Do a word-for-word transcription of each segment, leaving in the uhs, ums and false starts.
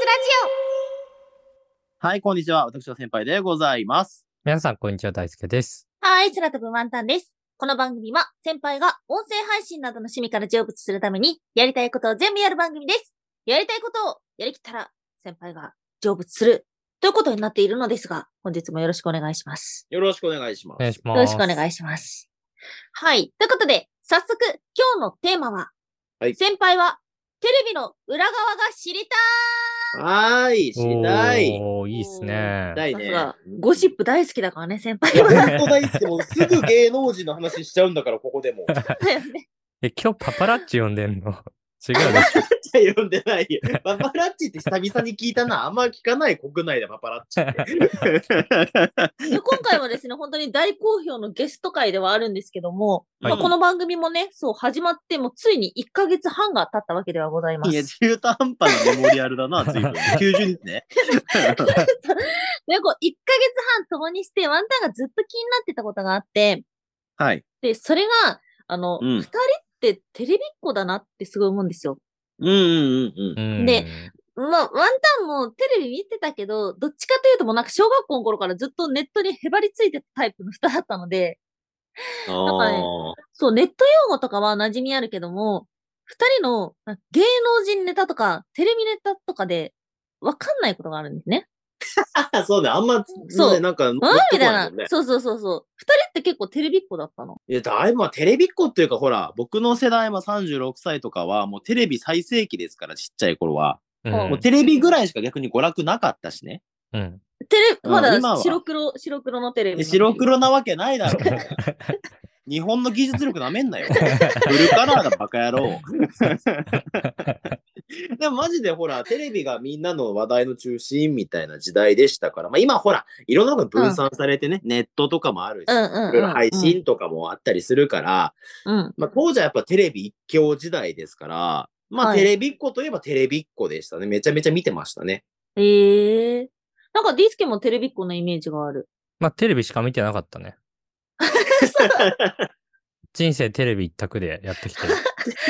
はい、こんにちは。私は先輩でございます。 皆さん、こんにちは。大輔です。 はい、空飛ぶワンタンです。この番組は、先輩が音声配信などの趣味から成仏するために、やりたいことを全部やる番組です。やりたいことをやりきったら、先輩が成仏する。ということになっているのですが、本日もよろしくお願いします。 よろしくお願いします。 お願いします。 よろしくお願いします。はい。ということで、早速、今日のテーマは、はい、先輩は、テレビの裏側が知りたーい。はーい、知りたい。 おー、いいっすね。 知りたいね。 さすが、ゴシップ大好きだからね、先輩は。 本当大好き。もうすぐ芸能人の話しちゃうんだから、ここでも。 だよね。 え、今日パパラッチ呼んでんの違うでしょ。 パパラッチは呼んでないよ。パパラッチって久々に聞いたな。あんま聞かない国内でパパラッチって。 今回はですね、本当に大好評のゲスト会ではあるんですけども、はい、まあ、この番組もね、そう、始まってもついにいっかげつはんが経ったわけではございます。 いや、中途半端なメモリアルだな、随分。きゅうじゅうにちね。 で、こう、いっかげつはん共にして、ワンタンがずっと気になってたことがあって、 はい。 で、それが、あの、うん、ふたりってテレビっ子だなってすごい思うんですよ。 うんうんうんうん。 で、まあ、ワンタンもテレビ見てたけど、どっちかというともうなんか小学校の頃からずっとネットにへばりついてたタイプの人だったので、なんかね、そう、ネット用語とかは馴染みあるけども、二人の芸能人ネタとかテレビネタとかでわかんないことがあるんですね。 そうね、あんま、 そう、 なんか、 みたいな。そうそうそうそう。二人って結構テレビっ子だったの。 いや、だいぶ、まあ、テレビっ子っていうか、ほら、僕の世代、まあ、さんじゅうろくさいとかは、もうテレビ最盛期ですから、ちっちゃい頃は。うん、もうテレビぐらいしか逆に娯楽なかったしね。 うん。 テレ、まだ白黒、白黒のテレビ。 白黒なわけないだろ。日本の技術力なめんなよ。フルカラーだ、バカ野郎。でもマジでほら、テレビがみんなの話題の中心みたいな時代でしたから、まあ今ほら、いろんなのが分散されてね、うん、ネットとかもあるし、いろいろ配信とかもあったりするから、うん、まあ当時はやっぱテレビ一強時代ですから、まあ、はい、テレビっ子といえばテレビっ子でしたね。めちゃめちゃ見てましたね。 へえー。なんかディスケもテレビっ子のイメージがある。 まあテレビしか見てなかったね。人生テレビ一択でやってきてる。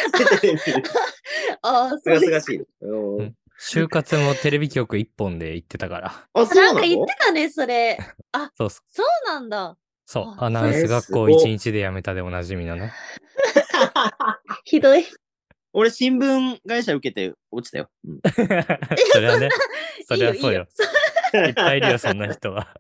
ああ、そうですか。 うん、就活もテレビ局一本で行ってたから。 あ、そうなの？なんか言ってたね、それ。あ、 そうそう。 そうなんだ。 そう。アナウンス学校一日で辞めたでおなじみのね。 ひどい。 俺、新聞会社受けて落ちたよ。うん、 それはね。それはそうよ。いっぱいいるよ、そんな人は。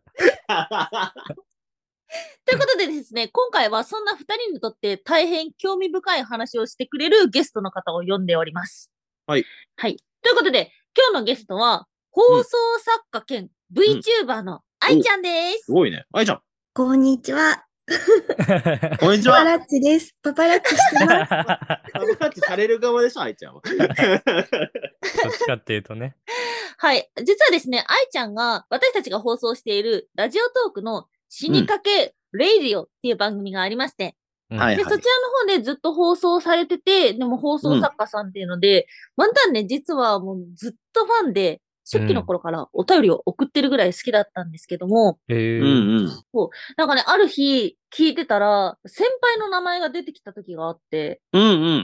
ということでですね、今回はそんなふたりにとって大変興味深い話をしてくれるゲストの方を呼んでおります。 はい。 はい。ということで、今日のゲストは、放送作家兼 VTuber の愛ちゃんです。 すごいね。愛ちゃん。 こんにちは。 こんにちは。 パパラッチです。パパラッチしてます。 パパラッチされる側でしょ、愛ちゃんは。 どっちかっていうとね。 はい。実はですね、愛ちゃんが私たちが放送しているラジオトークの死にかけレイディオっていう番組がありまして、うん、で、はいはい、そちらの方でずっと放送されてて、でも放送作家さんっていうので、ワンタンね、実はもうずっとファンで、初期の頃からお便りを送ってるぐらい好きだったんですけども、 うん、 そうなんかね、ある日聞いてたら、先輩の名前が出てきた時があって、 うんうん、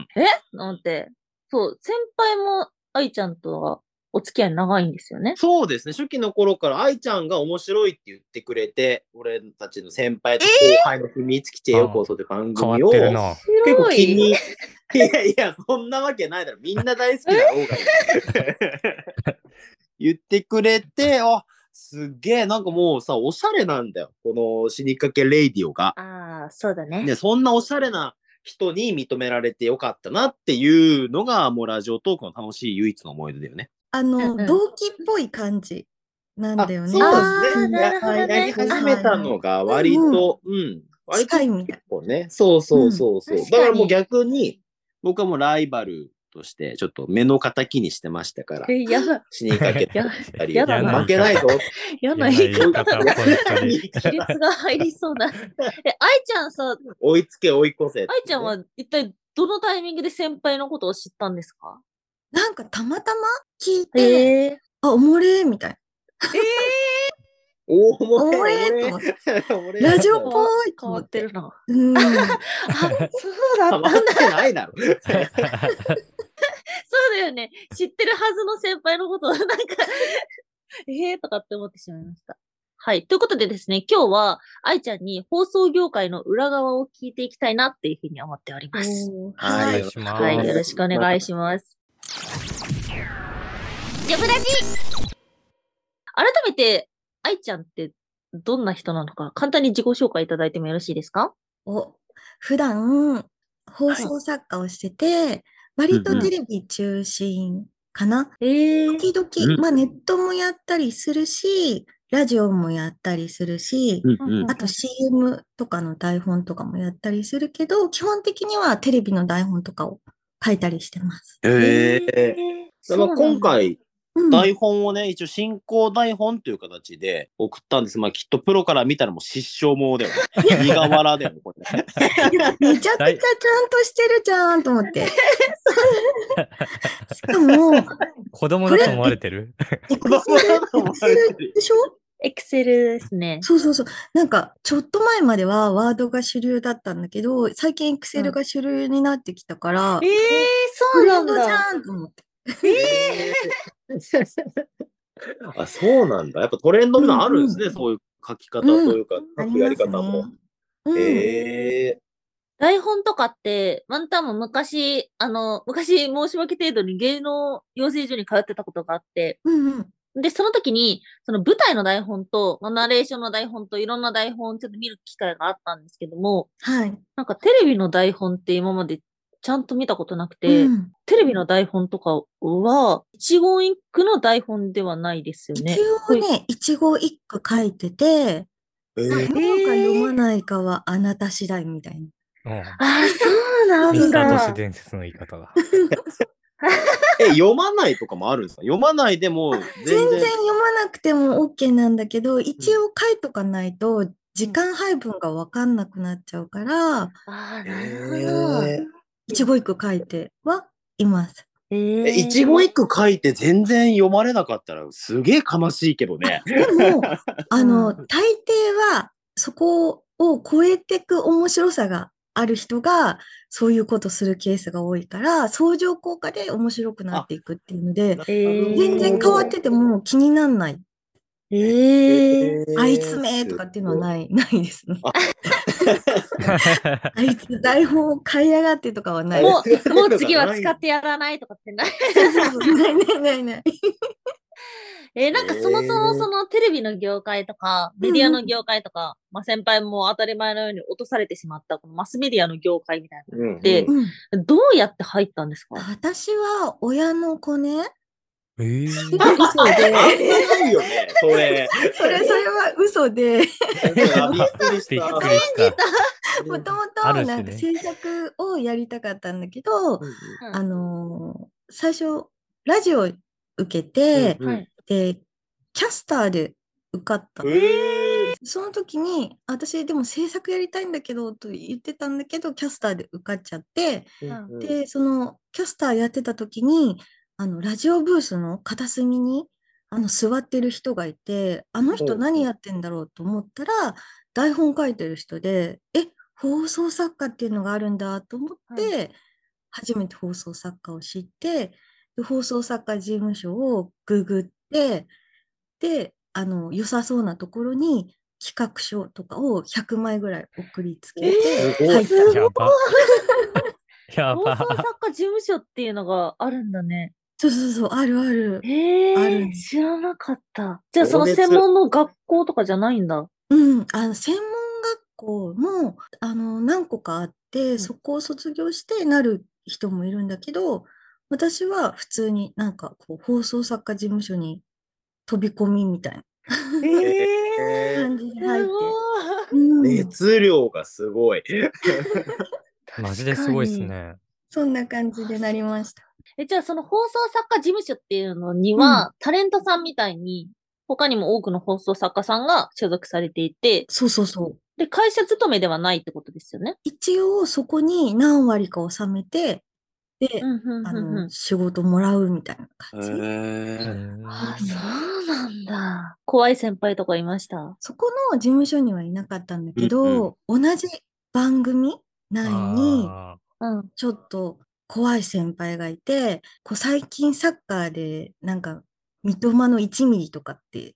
えなんて、そう、先輩も愛ちゃんとはお付き合い長いんですよね。 そうですね。初期の頃から愛ちゃんが面白いって言ってくれて、俺たちの先輩と後輩の秘密基地へようこそって番組を、結構気に、いやいや、そんなわけないだろ。みんな大好きだろうが。言ってくれて、あ、すげえ、なんかもうさ、おしゃれなんだよ。この死にかけレイディオが。 ああ、そうだね。 で、そんなおしゃれな人に認められてよかったなっていうのが、もうラジオトークの楽しい唯一の思い出だよね。 あの、うんうん、同期っぽい感じなんだよね。 そうですね。やり始めたのが割と、うん、うん、割と結構ね。そうそうそうそう、うん。だからもう逆に、僕はもうライバルとして、ちょっと目の敵にしてましたから。 やだ。 死にかけたり、 やだ負けないぞ。 やだ、言い方。亀裂が入りそうな。え、愛ちゃんさ、 追いつけ追い越せ、ね。 愛ちゃんは一体どのタイミングで先輩のことを知ったんですか？ なんかたまたま聞いて、えー、あ、おもれーみたいな。 えー、おもれーと思って。ラジオっぽい変わってるな。 うん。あ、そうだったんだ。 変わってないだろ。 そうだよね。知ってるはずの先輩のことをなんかへーとかって思ってしまいました。はい。ということでですね、今日は愛ちゃんに放送業界の裏側を聞いていきたいなっていうふうに思っております。 はい。お願いします。 はい。よろしくお願いします。ジョブラジ改めて、愛ちゃんってどんな人なのか、簡単に自己紹介いただいてもよろしいですか？ お、普段、放送作家をしてて、はい、割とテレビ中心かな。 えー、 時々、まあネットもやったりするし、ラジオもやったりするし、うん、あと シーエム とかの台本とかもやったりするけど、基本的にはテレビの台本とかを書いたりしてます。 えー、まあ今回、台本をね、一応進行台本という形で送ったんです。まあきっとプロから見たらもう失笑もでも、苦笑でもこれ、ね。 めちゃくちゃちゃんとしてるじゃんと思って。しかも、 子供だと思われてる？ エクセルでしょ？ エクセルですね。 そうそうそう。なんか、ちょっと前まではワードが主流だったんだけど、最近エクセルが主流になってきたから、 うん、えー、そうなんだ。 トレンドじゃんと思って。 えー、あ、そうなんだ。やっぱトレンドがあるんですね。うんうん、そういう書き方というか、うん、書くやり方も。ね、えー、 台本とかって、ワンタンも昔、あの、昔申し訳程度に芸能養成所に通ってたことがあって、 うんうん、 で、その時に、その舞台の台本と、ナレーションの台本といろんな台本をちょっと見る機会があったんですけども、 はい。 なんかテレビの台本って今までちゃんと見たことなくて、うん、テレビの台本とかは、一言一句の台本ではないですよね。 一応ね、一語一句書いてて、えー、読むか読まないかはあなた次第みたいな。 うん、ああ、そうなんだ。 ミスター都市伝説の言い方が。 え、読まないとかもあるんですか？読まないでも全然。全然読まなくても OK なんだけど、一応書いとかないと、時間配分が分かんなくなっちゃうから、うん、 ああ、なるほど。えー、 一語一句書いてはいます。 えー、一語一句書いて全然読まれなかったらすげえ悲しいけどね。 でも、あの、大抵はそこを超えていく面白さがある人がそういうことするケースが多いから、相乗効果で面白くなっていくっていうので、全然変わってても気にならない。 えー、 あいつめとかっていうのはない、ないですね。あいつ台本を買いやがってとかはない。 もう、もう次は使ってやらないとかってない。 そうそうそう、ないないないない。 えー、なんかそもそもそのテレビの業界とか、メディアの業界とか、うん、まあ先輩も当たり前のように落とされてしまったこのマスメディアの業界みたいなのって、うんうん、どうやって入ったんですか？ 私は親の子ね。 えー、 嘘で。 ないよね、それ。 それ、それは嘘で。 びっくりした。 もともとなんか制作をやりたかったんだけど、うんうん、あのー、最初ラジオ受けて、うんうん、でキャスターで受かった。えー、その時に私でも制作やりたいんだけどと言ってたんだけどキャスターで受かっちゃって、うんうん、でそのキャスターやってた時にあのラジオブースの片隅にあの座ってる人がいて、あの人何やってんだろうと思ったら台本書いてる人で、え放送作家っていうのがあるんだと思って、はい、初めて放送作家を知って、で放送作家事務所をググって、で、あの、良さそうなところに企画書とかをひゃくまいぐらい送りつけて、 えー、入った。やば。やば。放送作家事務所っていうのがあるんだね。 そうそうそう、あるある。 へえ、ある。知らなかった。じゃあその専門の学校とかじゃないんだ。 うん、あの、専門学校も、あの、何個かあって、うん、そこを卒業してなる人もいるんだけど、私は普通になんかこう、放送作家事務所に飛び込みみたいな。えー、感じで入って。 うん、熱量がすごい。 マジですごいですね。 そんな感じでなりました。 え、じゃあその放送作家事務所っていうのには、うん、タレントさんみたいに、他にも多くの放送作家さんが所属されていて、 そうそうそう。 で、会社勤めではないってことですよね。 一応そこに何割か収めて、で、あの、仕事もらうみたいな感じ。 あ、そうなんだ。怖い先輩とかいました？ そこの事務所にはいなかったんだけど、うんうん、同じ番組内に、ちょっと怖い先輩がいて、こう最近サッカーで、なんか、三笘のいちミリとかって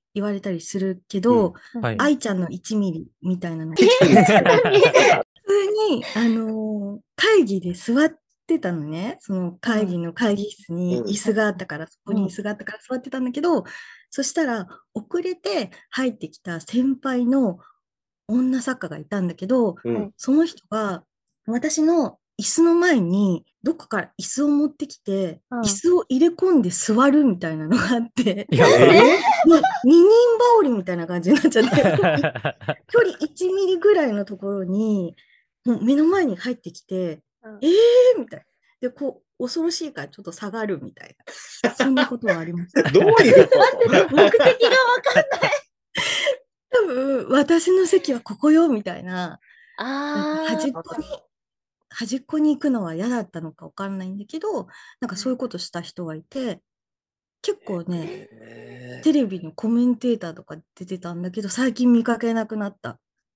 言われたりするけど、 うんはい、 愛ちゃんのいちミリみたいなの。普通に、あのー、会議で座ってたのね。その会議の会議室に椅子があったから、そこに椅子があったから座ってたんだけど、そしたら遅れて入ってきた先輩の女作家がいたんだけど、うん、その人が私の椅子の前にどっかから椅子を持ってきて、うん、椅子を入れ込んで座るみたいなのがあって、いや二人羽織みたいな感じになっちゃって、距離いちミリぐらいのところに、もう目の前に入ってきて、うん、えーみたいな。で、こう、恐ろしいからちょっと下がるみたいな。そんなことはありました。 どういうこと目的がわかんない。 多分、私の席はここよ、みたいな。あ端っこに、端っこに行くのは嫌だったのかわかんないんだけど、なんかそういうことした人がいて、結構ね、えー、テレビのコメンテーターとか出てたんだけど、最近見かけなくなった。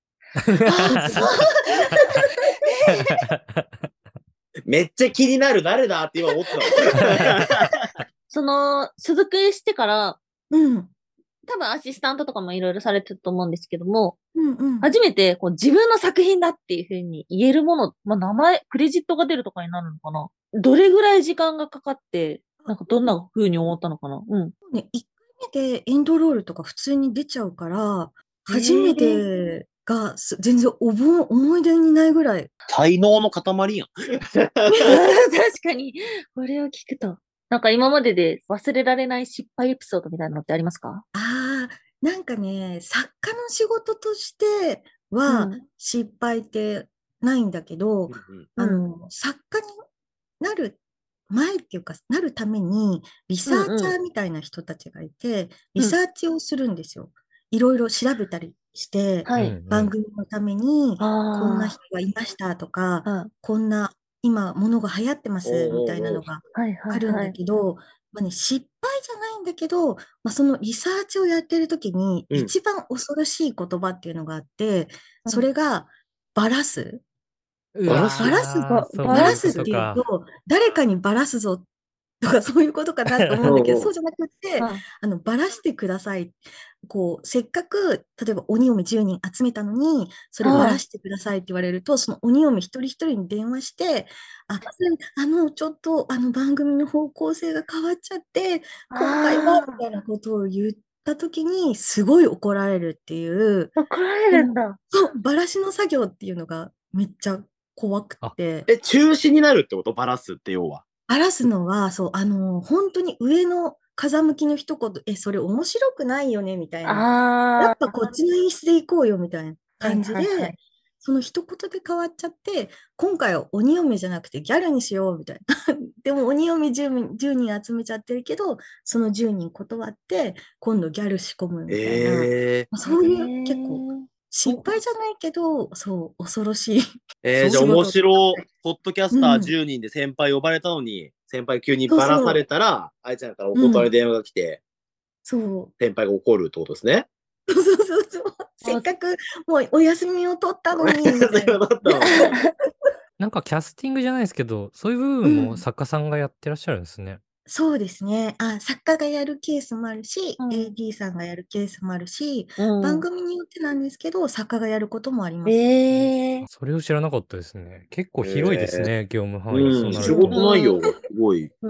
めっちゃ気になる、誰だって今思ったその、所属してから、 うん。 多分アシスタントとかもいろいろされてると思うんですけども、 うんうん、 初めてこう自分の作品だっていうふうに言えるもの、まあ、名前、クレジットが出るとかになるのかな。どれぐらい時間がかかって、なんかどんな風に思ったのかな。うん。 ね、いっかいめでエンドロールとか普通に出ちゃうから、初めてが全然思い出にないぐらい。 才能の塊やん。確かに、これを聞くと。なんか今までで忘れられない失敗エピソードみたいなのってありますか？ ああ、なんかね、作家の仕事としては失敗ってないんだけど、うん、あの、作家になる前っていうか、なるためにリサーチャーみたいな人たちがいて、うんうん、リサーチをするんですよ。いろいろ調べたりして、はい、番組のためにこんな人がいましたとか、うん、こんな今ものが流行ってますみたいなのがあるんだけど、まあね、失敗じゃないんだけど、まあ、そのリサーチをやってる時に一番恐ろしい言葉っていうのがあって、うん、それがバラす。バラすバラすバラすっていうと、誰かにバラすぞとかそういうことかなと思うんだけど、そうじゃなくて、あの、バラしてください。こう、せっかく、例えば鬼嫁じゅうにん集めたのに、それバラしてくださいって言われると、その鬼嫁一人一人に電話して、あ、あの、ちょっと、あの、番組の方向性が変わっちゃって、今回は、みたいなことを言ったときに、すごい怒られるっていう。 怒られるんだ。 そう、バラしの作業っていうのがめっちゃ怖くて。 え、中止になるってこと？バラすって要は。 バラすのは、そう、あの、本当に上の風向きの一言、え、それ面白くないよね、みたいな。やっぱこっちの演出で行こうよ、みたいな感じで、はいはいはい、その一言で変わっちゃって、今回は鬼嫁じゃなくてギャルにしよう、みたいな。でも鬼嫁じゅうにん、じゅうにん集めちゃってるけど、そのじゅうにん断って、今度ギャル仕込むみたいな。えー、そういう結構、失敗じゃないけど、そう、恐ろしい。 えー、じゃあ面白、ポッドキャスターじゅうにんで先輩呼ばれたのに、うん、先輩急にバラされたら、あいちゃんからお断り電話が来て、 うん、そう。 先輩が怒るってことですね。 そうそうそうそう。せっかくもうお休みを取ったのに。みたいななんかキャスティングじゃないですけど、そういう部分も作家さんがやってらっしゃるんですね。うん、 そうですね。あ、作家がやるケースもあるし、うん、エーディー さんがやるケースもあるし、うん、番組によってなんですけど、作家がやることもあります。 えー、それを知らなかったですね。結構広いですね、えー、業務範囲。 うん、仕事内容がすごい。うん。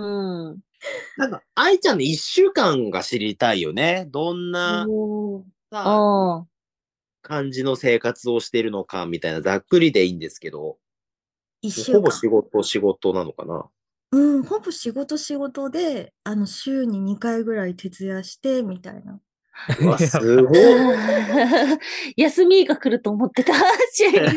なんか、愛ちゃんの一週間が知りたいよね。どんな、さ、感じの生活をしているのかみたいな、ざっくりでいいんですけど。一週間。ほぼ仕事、仕事なのかな。 うん、ほぼ仕事仕事で、あの、週ににかいぐらい徹夜してみたいな。 うわ、すごい。 休みが来ると思ってた。週に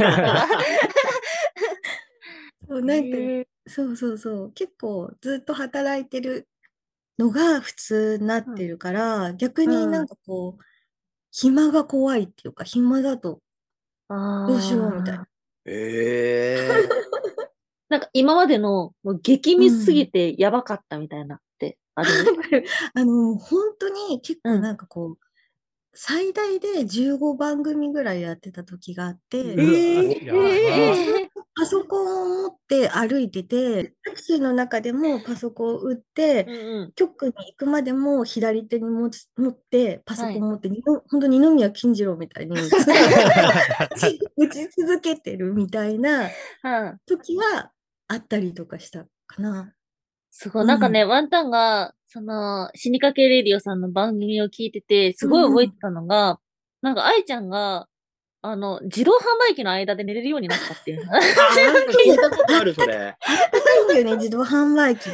そうなんか、そうそうそう。結構ずっと働いてるのが普通になってるから、うん、逆になんかこう、暇が怖いっていうか、暇だと、どうしようみたいな。 ええー。 なんか今までのもう激ミスすぎてやばかったみたいなってある、 うん、あの、本当に結構なんかこう、うん、最大でじゅうごばん組ぐらいやってた時があって、えー、 パソコンを持って歩いてて、タクシーの中でもパソコンを打って、うんうん、局に行くまでも左手に持ち持って、パソコンを持って、はい、本当に二宮金次郎みたいに打ち続けてるみたいな時はあったりとかしたかな。 すごい、なんかね、うん、ワンタンが、その、死にかけレディオさんの番組を聞いてて、すごい覚えてたのが、うん、なんか愛ちゃんが、あの、自動販売機の間で寝れるようになったっていう。あ、なんか聞いたことある、それ。 あったかいんだよね、自動販売機って。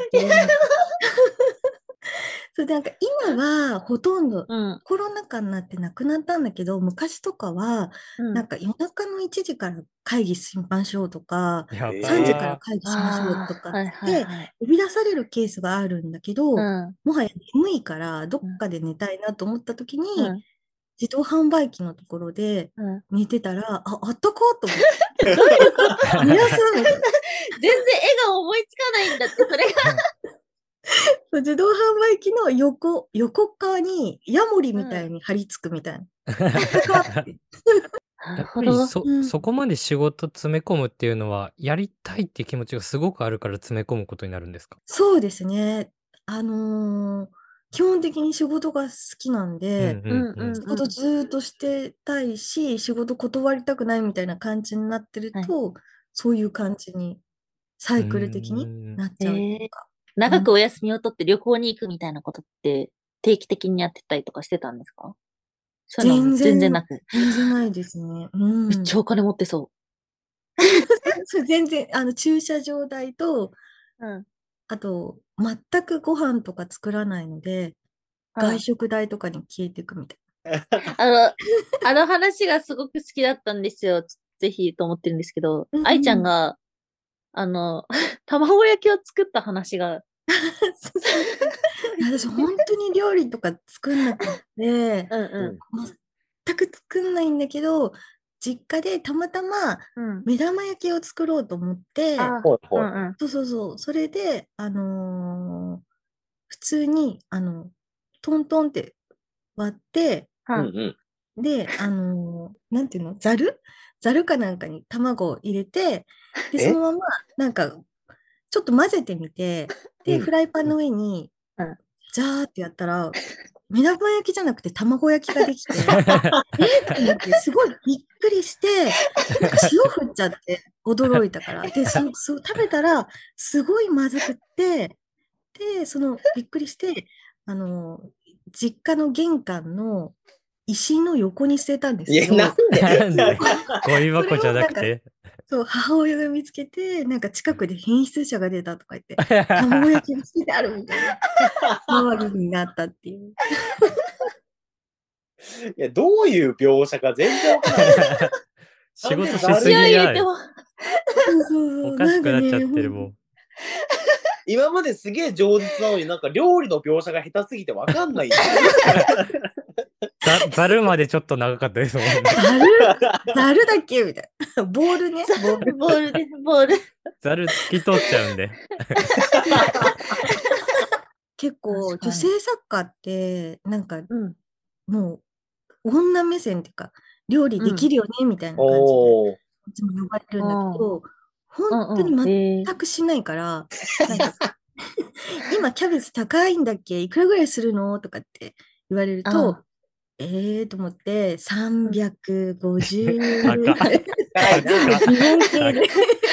そうで、なんか今はほとんどコロナ禍になってなくなったんだけど、うん、昔とかは、なんか夜中のいちじから会議しましょうとか、さんじから会議しましょうとかって呼び出されるケースがあるんだけど、うん、もはや眠いからどっかで寝たいなと思った時に、うん、自動販売機のところで寝てたら、うん、あ、あったかと思って。どういうこと全然絵が思いつかないんだって、それが。 自動販売機の横、横側にヤモリみたいに張り付くみたいな。うん、 やっぱりそ、うん、そこまで仕事詰め込むっていうのは、やりたいっていう気持ちがすごくあるから詰め込むことになるんですか？ そうですね。あのー、基本的に仕事が好きなんで、仕事ずっとしてたいし、仕事断りたくないみたいな感じになってると、はい、そういう感じに、サイクル的になっちゃうというか。 えー、長くお休みを取って旅行に行くみたいなことって定期的にやってたりとかしてたんですか？ 全然、 全然なく。 全然ないですね。うん、 めっちゃお金持ってそう。 全然、あの、駐車場代と、うん、あと、全くご飯とか作らないので、外食代とかに消えていくみたいな。 あの、あの話がすごく好きだったんですよ。ぜひと思ってるんですけど、うんうん、愛ちゃんが、あの、卵焼きを作った話が。 私、本当に料理とか作んなくて、うんうん、全く作んないんだけど、実家でたまたま目玉焼きを作ろうと思って、うん、そうそうそう、それで、あのー、普通に、あの、トントンって割って、うんうん、で、あのー、なんていうの、ざるざるかなんかに卵を入れて、で、そのまま、なんか、ちょっと混ぜてみて、で、フライパンの上に、ジャーってやったら、目玉焼きじゃなくて卵焼きができて、えって思って、すごいびっくりして、なんか塩振っちゃって驚いたから。で、そそ食べたら、すごいまずくって、で、その、びっくりして、あの、実家の玄関の石の横に捨てたんですけど。 いや、なんでゴミ箱じゃなくてそう、母親が見つけて、なんか近くで変質者が出たとか言って、卵焼きが捨ててあるみたいな、周りになったっていう。 いや、どういう描写か全然わからない。 仕事しすぎじゃない。おかしくなっちゃってるもん。 今まですげえ上手なのになんか料理の描写が下手すぎてわかんないんだよ。 ざ、ざるまでちょっと長かったですもんね。 ざるざるだっけみたいな。ボールね。 ボール、ボールで、ボール。 ざる透き通っちゃうんで。 結構、女性作家って、なんか、うん、もう、女目線っていうか、料理できるよね、うん、みたいな感じで、いつも呼ばれるんだけど、本当に全くしないから、なんか今キャベツ高いんだっけいくらぐらいするのとかって言われると、えーと思って、さんびゃくごじゅうえん。日本系で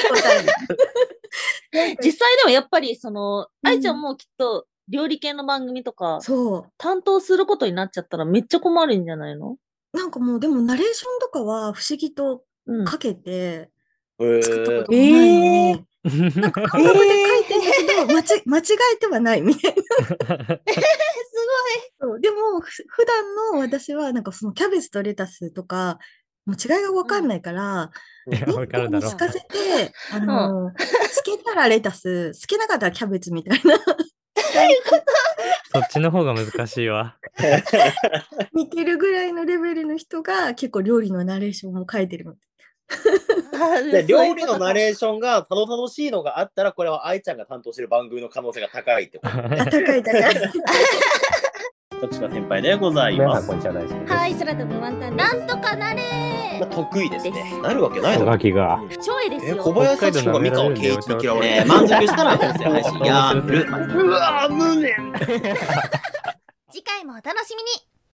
実際でもやっぱり、その、愛ちゃんもきっと料理系の番組とか、担当することになっちゃったらめっちゃ困るんじゃないの？ なんかもう、でもナレーションとかは不思議とかけて、作ったことがないのに、えーなんか感覚で書いてるけど、間ち間違えてはないみたいな。すごいそう。でも、普段の私は、なんかそのキャベツとレタスとか、もう違いが分かんないから、 日光に敷かせて、あの、つけたらレタス、つけなかったらキャベツみたいな。 そっちの方が難しいわ。 似てるぐらいのレベルの人が結構料理のナレーションも書いてるみたいな。 で料理のナレーションがたどたどしいのがあったら、これは愛ちゃんが担当してる番組の可能性が高いってこと。 高い高い。 徳島先輩でございます。 こんにちは、大好きです。 はい、空飛ぶワンタンです。なんとかなれー。 まあ、得意ですね。なるわけないだろ。がが。 不調絵ですよ。 小林幸子が三河圭一に嫌われて、満足したら音声配信やる。うわー、無念。 次回もお楽しみに。